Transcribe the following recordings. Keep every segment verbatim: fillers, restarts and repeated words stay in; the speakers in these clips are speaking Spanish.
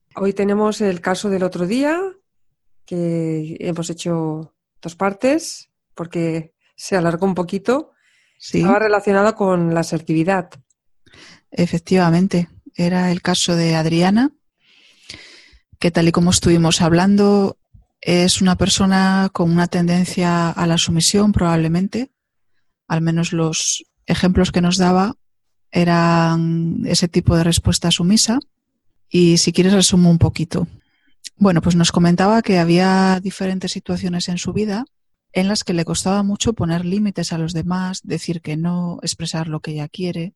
Hoy tenemos el caso del otro día, que hemos hecho dos partes porque se alargó un poquito. Sí, Estaba relacionado con la asertividad. efectivamente. Era el caso de Adriana, que tal y como estuvimos hablando, es una persona con una tendencia a la sumisión, probablemente. Al menos los ejemplos que nos daba eran ese tipo de respuesta sumisa. Y si quieres resumo un poquito. Bueno, pues nos comentaba que había diferentes situaciones en su vida en las que le costaba mucho poner límites a los demás, decir que no, expresar lo que ella quiere.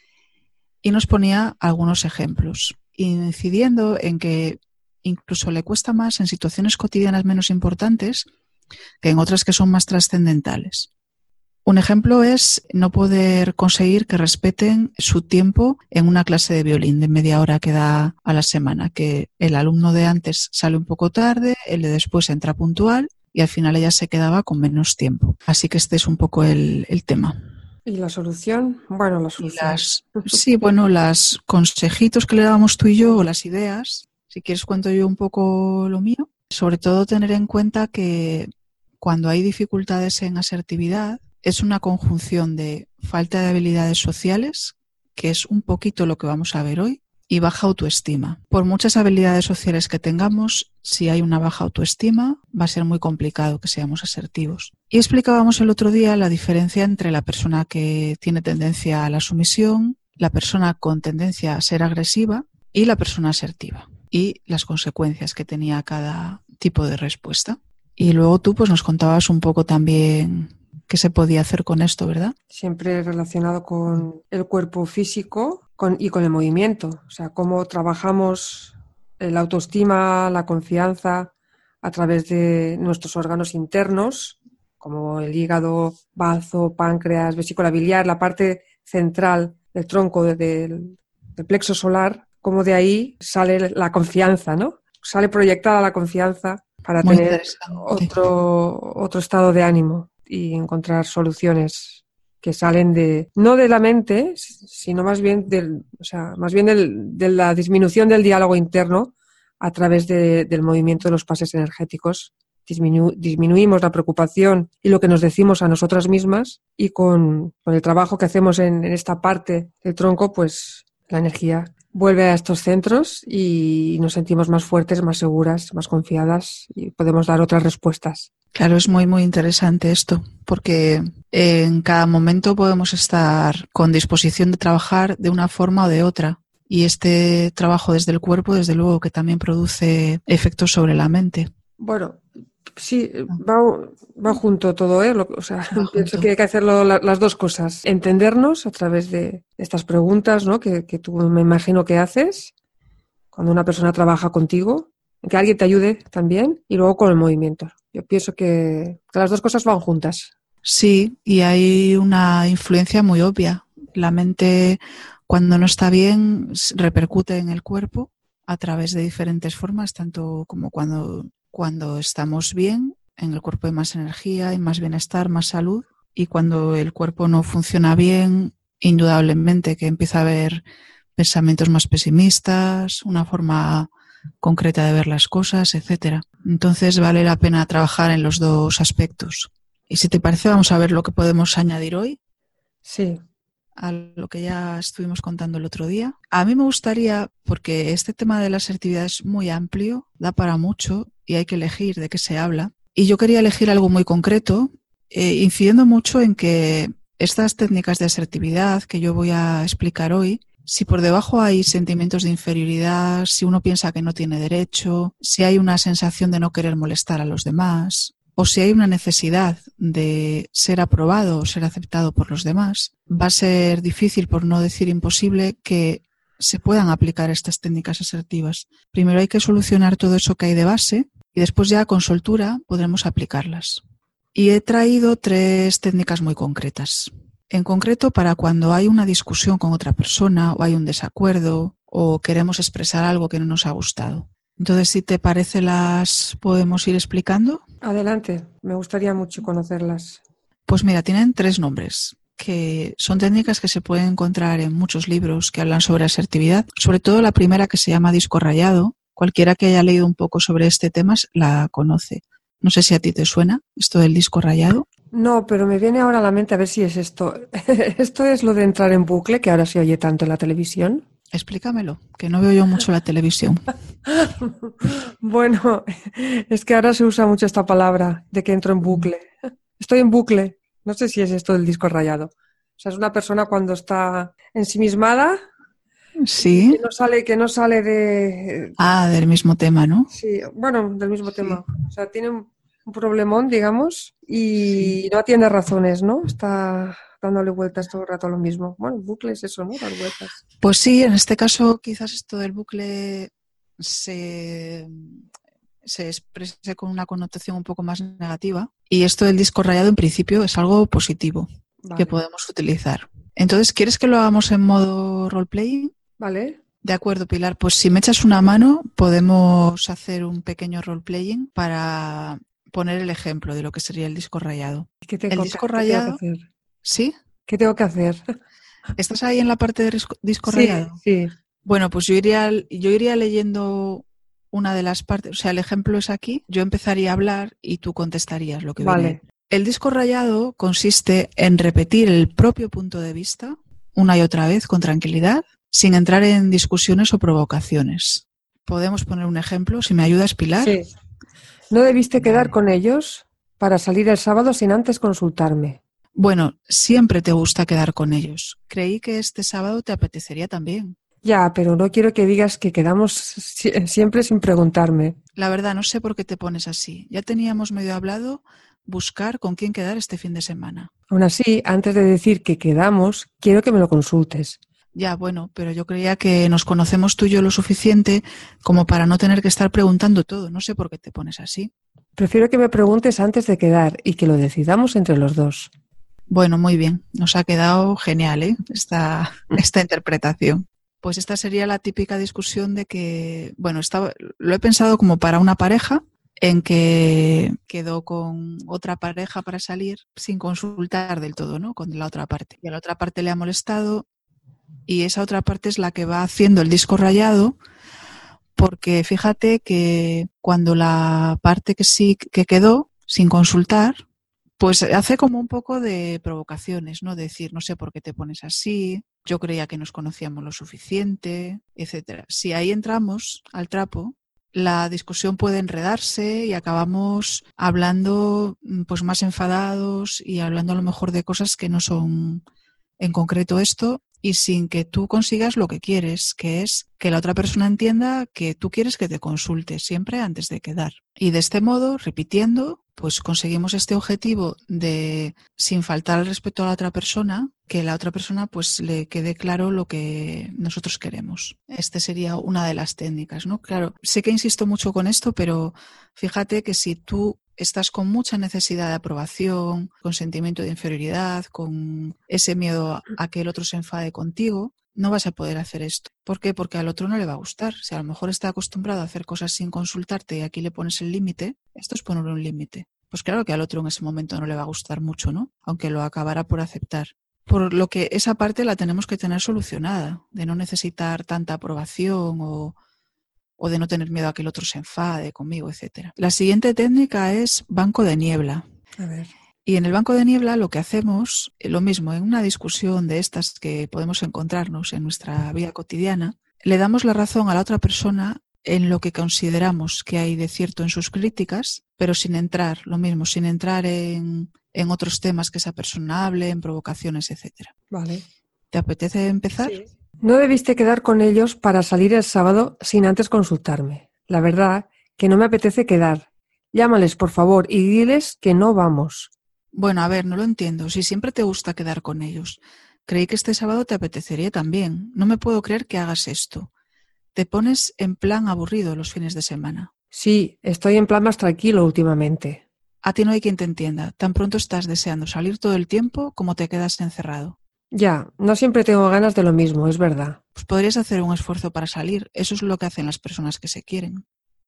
Y nos ponía algunos ejemplos, incidiendo en que incluso le cuesta más en situaciones cotidianas menos importantes que en otras que son más trascendentales. Un ejemplo es no poder conseguir que respeten su tiempo en una clase de violín de media hora que da a la semana, que el alumno de antes sale un poco tarde, el de después entra puntual y al final ella se quedaba con menos tiempo. Así que este es un poco el, el tema. ¿Y la solución? Bueno, la Y solución. las, sí, bueno, los consejitos que le dábamos tú y yo, o las ideas, si quieres cuento yo un poco lo mío. Sobre todo tener en cuenta que cuando hay dificultades en asertividad, es una conjunción de falta de habilidades sociales, que es un poquito lo que vamos a ver hoy, y baja autoestima. Por muchas habilidades sociales que tengamos, si hay una baja autoestima, va a ser muy complicado que seamos asertivos. Y explicábamos el otro día la diferencia entre la persona que tiene tendencia a la sumisión, la persona con tendencia a ser agresiva y la persona asertiva, y las consecuencias que tenía cada tipo de respuesta. Y luego tú pues nos contabas un poco también qué se podía hacer con esto, ¿verdad? Siempre relacionado con el cuerpo físico con, y con el movimiento. O sea, cómo trabajamos la autoestima, la confianza a través de nuestros órganos internos, como el hígado, bazo, páncreas, vesícula biliar, la parte central del tronco de, del, del plexo solar, cómo de ahí sale la confianza, ¿no? Sale proyectada la confianza para Muy tener interesante. otro, otro estado de ánimo y encontrar soluciones que salen de, no de la mente, sino más bien del, o sea, más bien del, de la disminución del diálogo interno a través de, del movimiento de los pases energéticos. Disminu, disminuimos la preocupación y lo que nos decimos a nosotras mismas, y con, con el trabajo que hacemos en, en esta parte del tronco, pues la energía vuelve a estos centros y nos sentimos más fuertes, más seguras, más confiadas y podemos dar otras respuestas. Claro, es muy, muy interesante esto, porque en cada momento podemos estar con disposición de trabajar de una forma o de otra. Y este trabajo desde el cuerpo, desde luego, que también produce efectos sobre la mente. Bueno, sí, va, va junto todo, ¿eh? Lo, o sea, Va pienso junto. que hay que hacerlo la, las dos cosas. Entendernos a través de estas preguntas, ¿no? Que, que tú me imagino que haces cuando una persona trabaja contigo, que alguien te ayude también, y luego con el movimiento. Yo pienso que, que las dos cosas van juntas. Sí, y hay una influencia muy obvia. La mente, cuando no está bien, repercute en el cuerpo a través de diferentes formas, tanto como cuando, cuando estamos bien, en el cuerpo hay más energía, hay más bienestar, más salud, y cuando el cuerpo no funciona bien, indudablemente que empieza a haber pensamientos más pesimistas, una forma concreta de ver las cosas, etcétera. Entonces vale la pena trabajar en los dos aspectos. Y si te parece, vamos a ver lo que podemos añadir hoy. Sí. A lo que ya estuvimos contando el otro día. A mí me gustaría, porque este tema de la asertividad es muy amplio, da para mucho y hay que elegir de qué se habla. Y yo quería elegir algo muy concreto, eh, incidiendo mucho en que estas técnicas de asertividad que yo voy a explicar hoy, si por debajo hay sentimientos de inferioridad, si uno piensa que no tiene derecho, si hay una sensación de no querer molestar a los demás, o si hay una necesidad de ser aprobado o ser aceptado por los demás, va a ser difícil, por no decir imposible, que se puedan aplicar estas técnicas asertivas. Primero hay que solucionar todo eso que hay de base y después ya con soltura podremos aplicarlas. Y he traído tres técnicas muy concretas. En concreto, para cuando hay una discusión con otra persona o hay un desacuerdo o queremos expresar algo que no nos ha gustado. Entonces, si te parece, las podemos ir explicando. Adelante, me gustaría mucho conocerlas. Pues mira, tienen tres nombres, que son técnicas que se pueden encontrar en muchos libros que hablan sobre asertividad. Sobre todo la primera, que se llama disco rayado, Cualquiera que haya leído un poco sobre este tema la conoce. No sé si a ti te suena esto del disco rayado. No, pero me viene ahora a la mente a ver si es esto. ¿Esto es lo de entrar en bucle, que ahora se oye tanto en la televisión? Explícamelo, que no veo yo mucho la televisión. Bueno, es que ahora se usa mucho esta palabra de que entro en bucle. Estoy en bucle. No sé si es esto del disco rayado. O sea, es una persona cuando está ensimismada y Sí. que no sale, que no sale de... Ah, del mismo tema, ¿no? Sí, bueno, del mismo Sí. tema. O sea, tiene un, un problemón, digamos, Sí. y no atiende razones, ¿no? Está dándole vueltas todo el rato a lo mismo. Bueno, el bucle es eso, ¿no? Dar vueltas. Pues sí, en este caso quizás esto del bucle se, se exprese con una connotación un poco más negativa y esto del disco rayado en principio es algo positivo que Vale. podemos utilizar. Entonces, ¿quieres que lo hagamos en modo roleplay? Vale. De acuerdo, Pilar. Pues si me echas una mano, podemos hacer un pequeño roleplaying para poner el ejemplo de lo que sería el disco rayado. ¿Qué El tengo que, disco qué tengo que rayado, hacer? ¿sí? ¿Qué tengo que hacer? ¿Estás ahí en la parte de disco, disco Sí, rayado? sí. Bueno, pues yo iría, yo iría leyendo una de las partes, o sea, el ejemplo es aquí, yo empezaría a hablar y tú contestarías lo que viene ahí. Vale. El disco rayado consiste en repetir el propio punto de vista una y otra vez con tranquilidad, sin entrar en discusiones o provocaciones. ¿Podemos poner un ejemplo? Si me ayudas, Pilar. Sí. No debiste quedar Vale. con ellos para salir el sábado sin antes consultarme. Bueno, siempre te gusta quedar con ellos. Creí que este sábado te apetecería también. Ya, pero no quiero que digas que quedamos si- siempre sin preguntarme. La verdad, no sé por qué te pones así. Ya teníamos medio hablado buscar con quién quedar este fin de semana. Aún así, antes de decir que quedamos, quiero que me lo consultes. Ya, bueno, pero yo creía que nos conocemos tú y yo lo suficiente como para no tener que estar preguntando todo. No sé por qué te pones así. Prefiero que me preguntes antes de quedar y que lo decidamos entre los dos. Bueno, muy bien. Nos ha quedado genial, ¿eh? Esta, esta interpretación. Pues esta sería la típica discusión de que, bueno, estaba, lo he pensado como para una pareja en que quedó con otra pareja para salir sin consultar del todo, ¿no? Con la otra parte. Y a la otra parte le ha molestado y esa otra parte es la que va haciendo el disco rayado, porque fíjate que cuando la parte que sí que quedó sin consultar, pues hace como un poco de provocaciones, ¿no? De decir, no sé por qué te pones así, yo creía que nos conocíamos lo suficiente, etcétera. Si ahí entramos al trapo, la discusión puede enredarse y acabamos hablando pues más enfadados y hablando a lo mejor de cosas que no son en concreto esto y sin que tú consigas lo que quieres, que es que la otra persona entienda que tú quieres que te consulte siempre antes de quedar. Y de este modo, repitiendo, pues conseguimos este objetivo de, sin faltar al respeto a la otra persona, que la otra persona pues le quede claro lo que nosotros queremos. Este sería una de las técnicas, ¿no? Claro, sé que insisto mucho con esto, pero fíjate que si tú estás con mucha necesidad de aprobación, con sentimiento de inferioridad, con ese miedo a que el otro se enfade contigo, no vas a poder hacer esto. ¿Por qué? Porque al otro no le va a gustar. Si a lo mejor está acostumbrado a hacer cosas sin consultarte y aquí le pones el límite, esto es ponerle un límite. Pues claro que al otro en ese momento no le va a gustar mucho, ¿no? Aunque lo acabará por aceptar. Por lo que esa parte la tenemos que tener solucionada, de no necesitar tanta aprobación o... o de no tener miedo a que el otro se enfade conmigo, etcétera. La siguiente técnica es banco de niebla. A ver. Y en el banco de niebla lo que hacemos, lo mismo, en una discusión de estas que podemos encontrarnos en nuestra vida cotidiana, le damos la razón a la otra persona en lo que consideramos que hay de cierto en sus críticas, pero sin entrar, lo mismo, sin entrar en, en otros temas que esa persona hable, en provocaciones, etcétera. Vale. ¿Te apetece empezar? Sí. No debiste quedar con ellos para salir el sábado sin antes consultarme. La verdad que no me apetece quedar. Llámales, por favor, y diles que no vamos. Bueno, a ver, no lo entiendo. Si siempre te gusta quedar con ellos. Creí que este sábado te apetecería también. No me puedo creer que hagas esto. Te pones en plan aburrido los fines de semana. Sí, estoy en plan más tranquilo últimamente. A ti no hay quien te entienda. Tan pronto estás deseando salir todo el tiempo como te quedas encerrado. Ya, no siempre tengo ganas de lo mismo, es verdad. Pues podrías hacer un esfuerzo para salir. Eso es lo que hacen las personas que se quieren.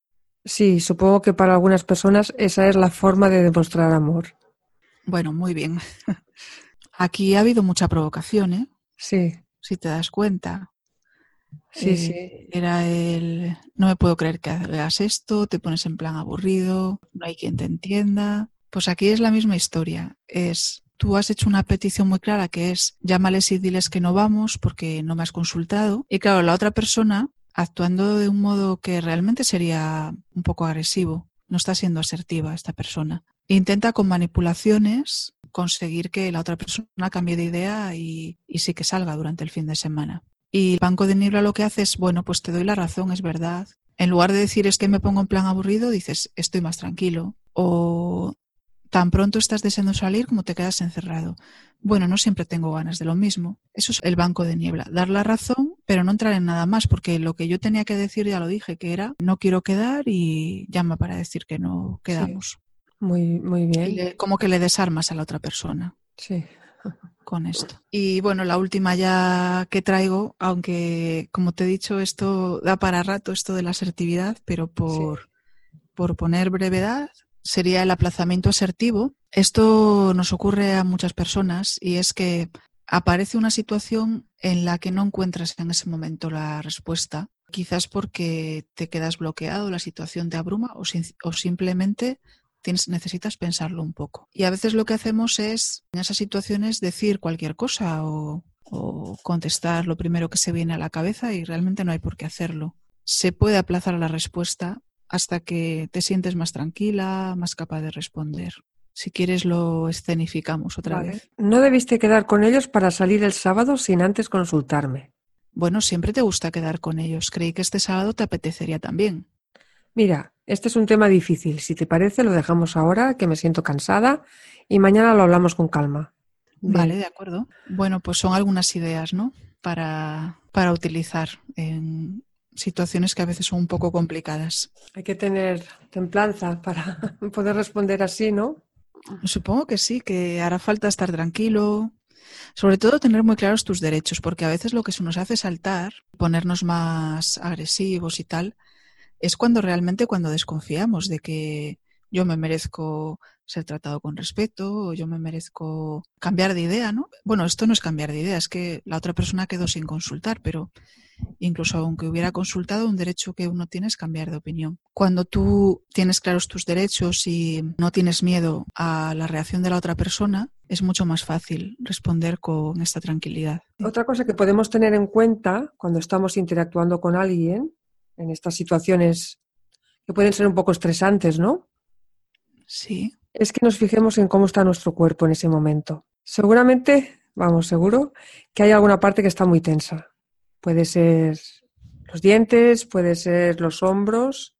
Sí, supongo que para algunas personas esa es la forma de demostrar amor. Bueno, muy bien. Aquí ha habido mucha provocación, ¿eh? Sí. Si te das cuenta. Sí, sí. Eh, era el, no me puedo creer que hagas esto, te pones en plan aburrido, no hay quien te entienda. Pues aquí es la misma historia. Es, tú has hecho una petición muy clara que es, llámales y diles que no vamos porque no me has consultado. Y claro, la otra persona, actuando de un modo que realmente sería un poco agresivo, no está siendo asertiva esta persona. Intenta con manipulaciones conseguir que la otra persona cambie de idea y, y sí que salga durante el fin de semana. Y el banco de niebla lo que hace es, bueno, pues te doy la razón, es verdad. En lugar de decir es que me pongo en plan aburrido, dices estoy más tranquilo. O tan pronto estás deseando salir como te quedas encerrado. Bueno, no siempre tengo ganas de lo mismo. Eso es el banco de niebla. Dar la razón, pero no entrar en nada más, porque lo que yo tenía que decir ya lo dije, que era no quiero quedar y llama para decir que no quedamos. Sí. Muy, muy bien. Y le, como que le desarmas a la otra persona. Sí. Con esto. Y bueno, la última ya que traigo, aunque como te he dicho, esto da para rato, esto de la asertividad, pero por, sí. por poner brevedad, sería el aplazamiento asertivo. Esto nos ocurre a muchas personas y es que aparece una situación en la que no encuentras en ese momento la respuesta, quizás porque te quedas bloqueado, la situación te abruma o, sin, o simplemente Tienes, necesitas pensarlo un poco. Y a veces lo que hacemos es, en esas situaciones, decir cualquier cosa o, o contestar lo primero que se viene a la cabeza y realmente no hay por qué hacerlo. Se puede aplazar la respuesta hasta que te sientes más tranquila, más capaz de responder. Si quieres lo escenificamos otra vale. vez. No debiste quedar con ellos para salir el sábado sin antes consultarme. Bueno, siempre te gusta quedar con ellos. Creí que este sábado te apetecería también. Mira, este es un tema difícil. Si te parece, lo dejamos ahora, que me siento cansada, y mañana lo hablamos con calma. Bien. Vale, de acuerdo. Bueno, pues son algunas ideas, ¿no? Para, para utilizar en situaciones que a veces son un poco complicadas. Hay que tener templanza para poder responder así, ¿no? Supongo que sí, que hará falta estar tranquilo. Sobre todo tener muy claros tus derechos, porque a veces lo que se nos hace saltar, ponernos más agresivos y tal, es cuando realmente cuando desconfiamos de que yo me merezco ser tratado con respeto o yo me merezco cambiar de idea, ¿no? Bueno, esto no es cambiar de idea, es que la otra persona quedó sin consultar, pero incluso aunque hubiera consultado, un derecho que uno tiene es cambiar de opinión. Cuando tú tienes claros tus derechos y no tienes miedo a la reacción de la otra persona, es mucho más fácil responder con esta tranquilidad. Otra cosa que podemos tener en cuenta cuando estamos interactuando con alguien en estas situaciones que pueden ser un poco estresantes, ¿no? Sí. Es que nos fijemos en cómo está nuestro cuerpo en ese momento. Seguramente, vamos, seguro, que hay alguna parte que está muy tensa. Puede ser los dientes, puede ser los hombros,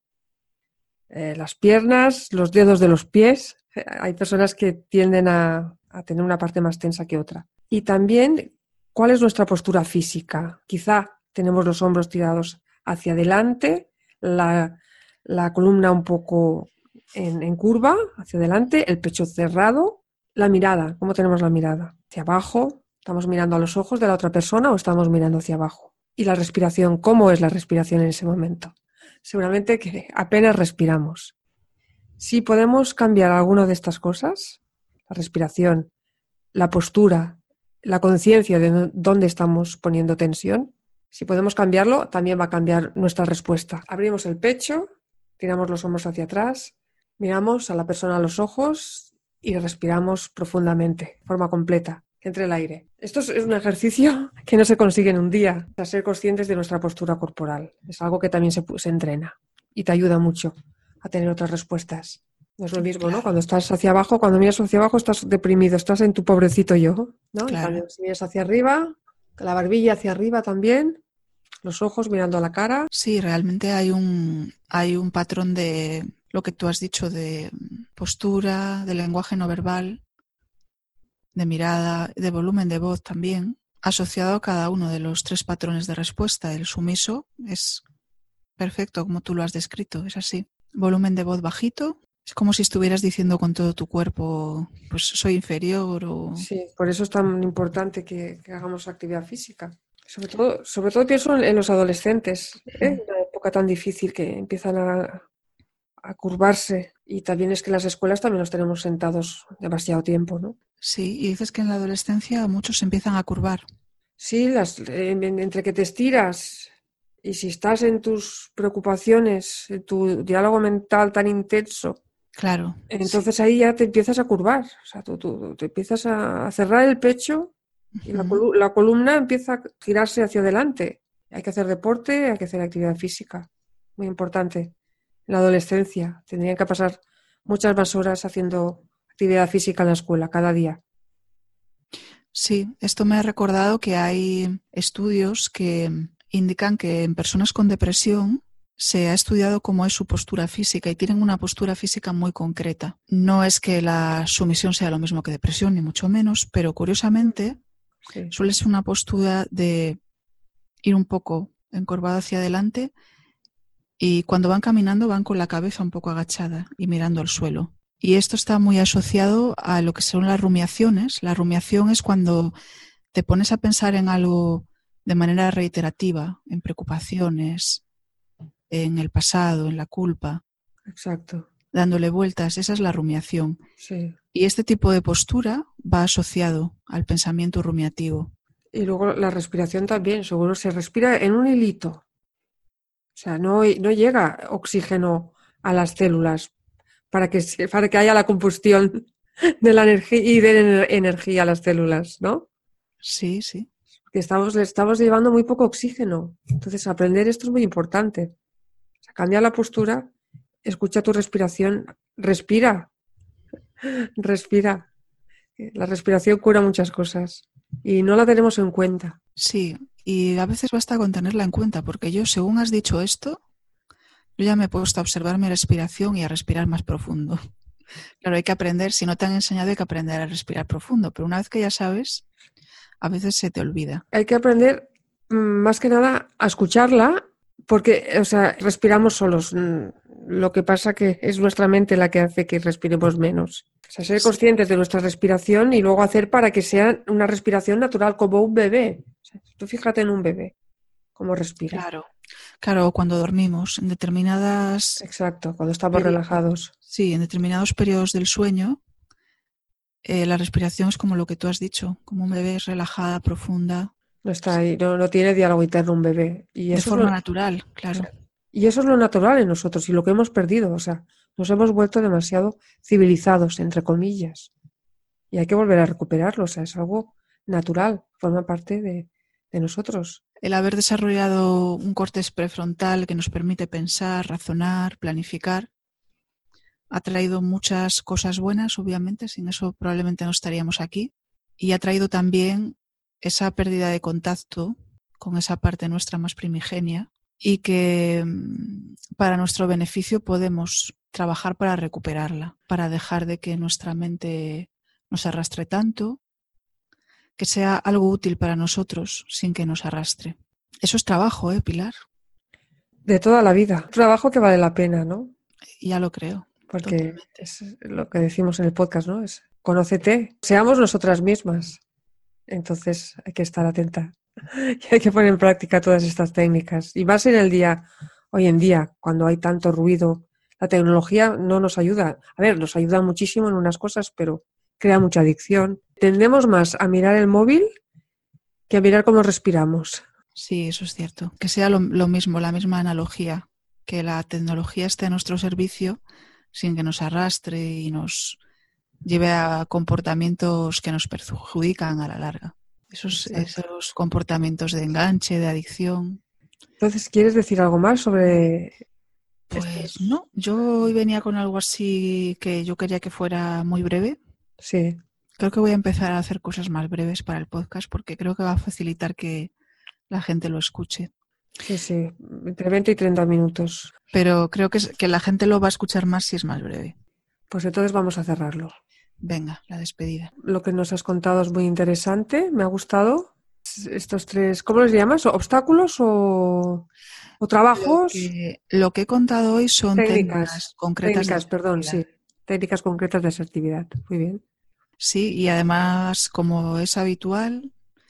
eh, las piernas, los dedos de los pies. Hay personas que tienden a, a tener una parte más tensa que otra. Y también, ¿cuál es nuestra postura física? Quizá tenemos los hombros tirados hacia adelante, la, la columna un poco en, en curva, hacia adelante, el pecho cerrado, la mirada. ¿Cómo tenemos la mirada? ¿Hacia abajo? ¿Estamos mirando a los ojos de la otra persona o estamos mirando hacia abajo? Y la respiración, ¿cómo es la respiración en ese momento? Seguramente que apenas respiramos. Si podemos cambiar alguna de estas cosas, la respiración, la postura, la conciencia de dónde estamos poniendo tensión, si podemos cambiarlo, también va a cambiar nuestra respuesta. Abrimos el pecho, tiramos los hombros hacia atrás, miramos a la persona a los ojos y respiramos profundamente, de forma completa, que entre el aire. Esto es un ejercicio que no se consigue en un día, a ser conscientes de nuestra postura corporal. Es algo que también se, se entrena y te ayuda mucho a tener otras respuestas. No es lo mismo, claro, ¿no? Cuando estás hacia abajo, cuando miras hacia abajo estás deprimido, estás en tu pobrecito yo, ¿no? Claro. Cuando si miras hacia arriba, la barbilla hacia arriba también, los ojos mirando a la cara. Sí, realmente hay un, hay un patrón de lo que tú has dicho de postura, de lenguaje no verbal, de mirada, de volumen de voz también, asociado a cada uno de los tres patrones de respuesta. El sumiso es perfecto, como tú lo has descrito, es así. Volumen de voz bajito, es como si estuvieras diciendo con todo tu cuerpo, pues soy inferior o... Sí, por eso es tan importante que, que hagamos actividad física. Sobre todo, sobre todo pienso en los adolescentes, ¿eh? Una época tan difícil que empiezan a, a curvarse. Y también es que en las escuelas también los tenemos sentados demasiado tiempo, ¿no? Sí, y dices que en la adolescencia muchos se empiezan a curvar. Sí, las, eh, entre que te estiras Y si estás en tus preocupaciones, en tu diálogo mental tan intenso, claro, entonces sí. ahí ya te empiezas a curvar. O sea, tú, tú te empiezas a cerrar el pecho y la, Ujú. colu- la columna empieza a girarse hacia adelante. Hay que hacer deporte, hay que hacer actividad física. Muy importante. En la adolescencia tendrían que pasar muchas más horas haciendo actividad física en la escuela, cada día. Sí, esto me ha recordado que hay estudios que indican que en personas con depresión se ha estudiado cómo es su postura física y tienen una postura física muy concreta. No es que la sumisión sea lo mismo que depresión, ni mucho menos, pero curiosamente Sí, suele ser una postura de ir un poco encorvado hacia adelante y cuando van caminando van con la cabeza un poco agachada y mirando al suelo. Y esto está muy asociado a lo que son las rumiaciones. La rumiación es cuando te pones a pensar en algo de manera reiterativa, en preocupaciones, en el pasado, en la culpa, exacto. dándole vueltas. Esa es la rumiación. Sí. Y este tipo de postura va asociado al pensamiento rumiativo. Y luego la respiración también, seguro se respira en un hilito. O sea, no, no llega oxígeno a las células para que, se- para que haya la combustión de la energía y den energía a las células, ¿no? Sí, sí. Que estamos, le estamos llevando muy poco oxígeno. Entonces, aprender esto es muy importante. O sea, cambia la postura, escucha tu respiración, respira, respira. La respiración cura muchas cosas y no la tenemos en cuenta. Sí, y a veces basta con tenerla en cuenta, porque yo, según has dicho esto, yo ya me he puesto a observar mi respiración y a respirar más profundo. Claro, hay que aprender, si no te han enseñado hay que aprender a respirar profundo, pero una vez que ya sabes, a veces se te olvida. Hay que aprender mm, más que nada a escucharla porque, o sea, respiramos solos. Mm, Lo que pasa que es nuestra mente la que hace que respiremos menos. O sea, ser Sí, conscientes de nuestra respiración y luego hacer para que sea una respiración natural, como un bebé. O sea, tú fíjate en un bebé, cómo respira. claro. Claro, cuando dormimos, en determinadas Exacto, cuando estamos peri- relajados. sí, en determinados periodos del sueño, eh, la respiración es como lo que tú has dicho, como un bebé es relajada, profunda, No está ahí, no, no tiene diálogo interno un bebé. Y de eso es lo, forma natural, o claro. sea, y eso es lo natural en nosotros y lo que hemos perdido. O sea, nos hemos vuelto demasiado civilizados, entre comillas. Y hay que volver a recuperarlo. O sea, es algo natural, forma parte de, de nosotros. El haber desarrollado un córtex prefrontal que nos permite pensar, razonar, planificar, ha traído muchas cosas buenas, obviamente, sin eso probablemente no estaríamos aquí. Y ha traído también esa pérdida de contacto con esa parte nuestra más primigenia y que para nuestro beneficio podemos trabajar para recuperarla, para dejar de que nuestra mente nos arrastre tanto, que sea algo útil para nosotros sin que nos arrastre. Eso es trabajo, ¿eh, Pilar? De toda la vida. Un trabajo que vale la pena, ¿no? Ya lo creo, Porque totalmente. es lo que decimos en el podcast, ¿no? Es conócete, seamos nosotras mismas. Entonces hay que estar atenta y hay que poner en práctica todas estas técnicas. Y más en el día, hoy en día, cuando hay tanto ruido, la tecnología no nos ayuda. A ver, nos ayuda muchísimo en unas cosas, pero crea mucha adicción. Tendemos más a mirar el móvil que a mirar cómo respiramos. Sí, eso es cierto. Que sea lo, lo mismo, la misma analogía, que la tecnología esté a nuestro servicio sin que nos arrastre y nos lleve a comportamientos que nos perjudican a la larga. Esos, Exacto. esos comportamientos de enganche, de adicción. Entonces, ¿quieres decir algo más sobre Pues estos? no, yo hoy venía con algo así que yo quería que fuera muy breve. Sí, Creo que voy a empezar a hacer cosas más breves para el podcast porque creo que va a facilitar que la gente lo escuche. sí, sí, entre veinte y treinta minutos. Pero creo que, es- que la gente lo va a escuchar más si es más breve. Pues entonces vamos a cerrarlo. Venga, la despedida. Lo que nos has contado es muy interesante, me ha gustado. Estos tres, ¿cómo les llamas? ¿Obstáculos o, o Lo trabajos? que, lo que he contado hoy son Técnicas, técnicas concretas de técnicas, perdón, sí. asertividad. Técnicas concretas de asertividad. Muy bien. Sí, y además, como es habitual,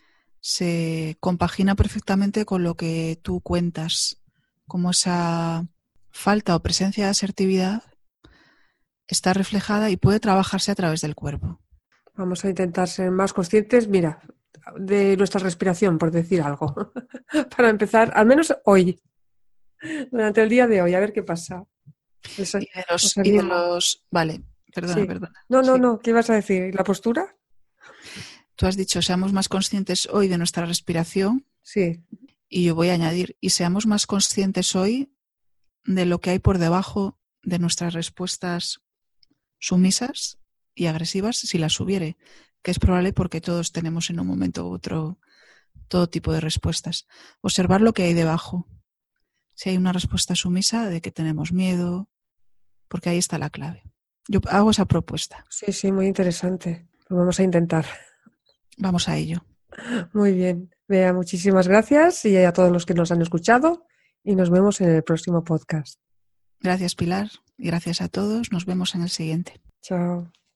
se compagina perfectamente con lo que tú cuentas, como esa falta o presencia de asertividad está reflejada y puede trabajarse a través del cuerpo. Vamos a intentar ser más conscientes. Mira, de nuestra respiración, por decir algo, para empezar, al menos hoy, durante el día de hoy, a ver qué pasa. Eso, Y de los, os y de animo. los vale, perdona, Sí. perdona. No, no, Sí. no, ¿qué ibas a decir? ¿La postura? Tú has dicho, seamos más conscientes hoy de nuestra respiración, Sí, y yo voy a añadir, y seamos más conscientes hoy de lo que hay por debajo de nuestras respuestas sumisas y agresivas, si las hubiere, que es probable porque todos tenemos en un momento u otro todo tipo de respuestas. Observar lo que hay debajo. Si hay una respuesta sumisa, de que tenemos miedo, porque ahí está la clave. Yo hago esa propuesta. sí, sí, muy interesante. Lo vamos a intentar. Vamos a ello. Muy bien. Bea, muchísimas gracias y a todos los que nos han escuchado y nos vemos en el próximo podcast. Gracias, Pilar, y gracias a todos. Nos vemos en el siguiente. Chao.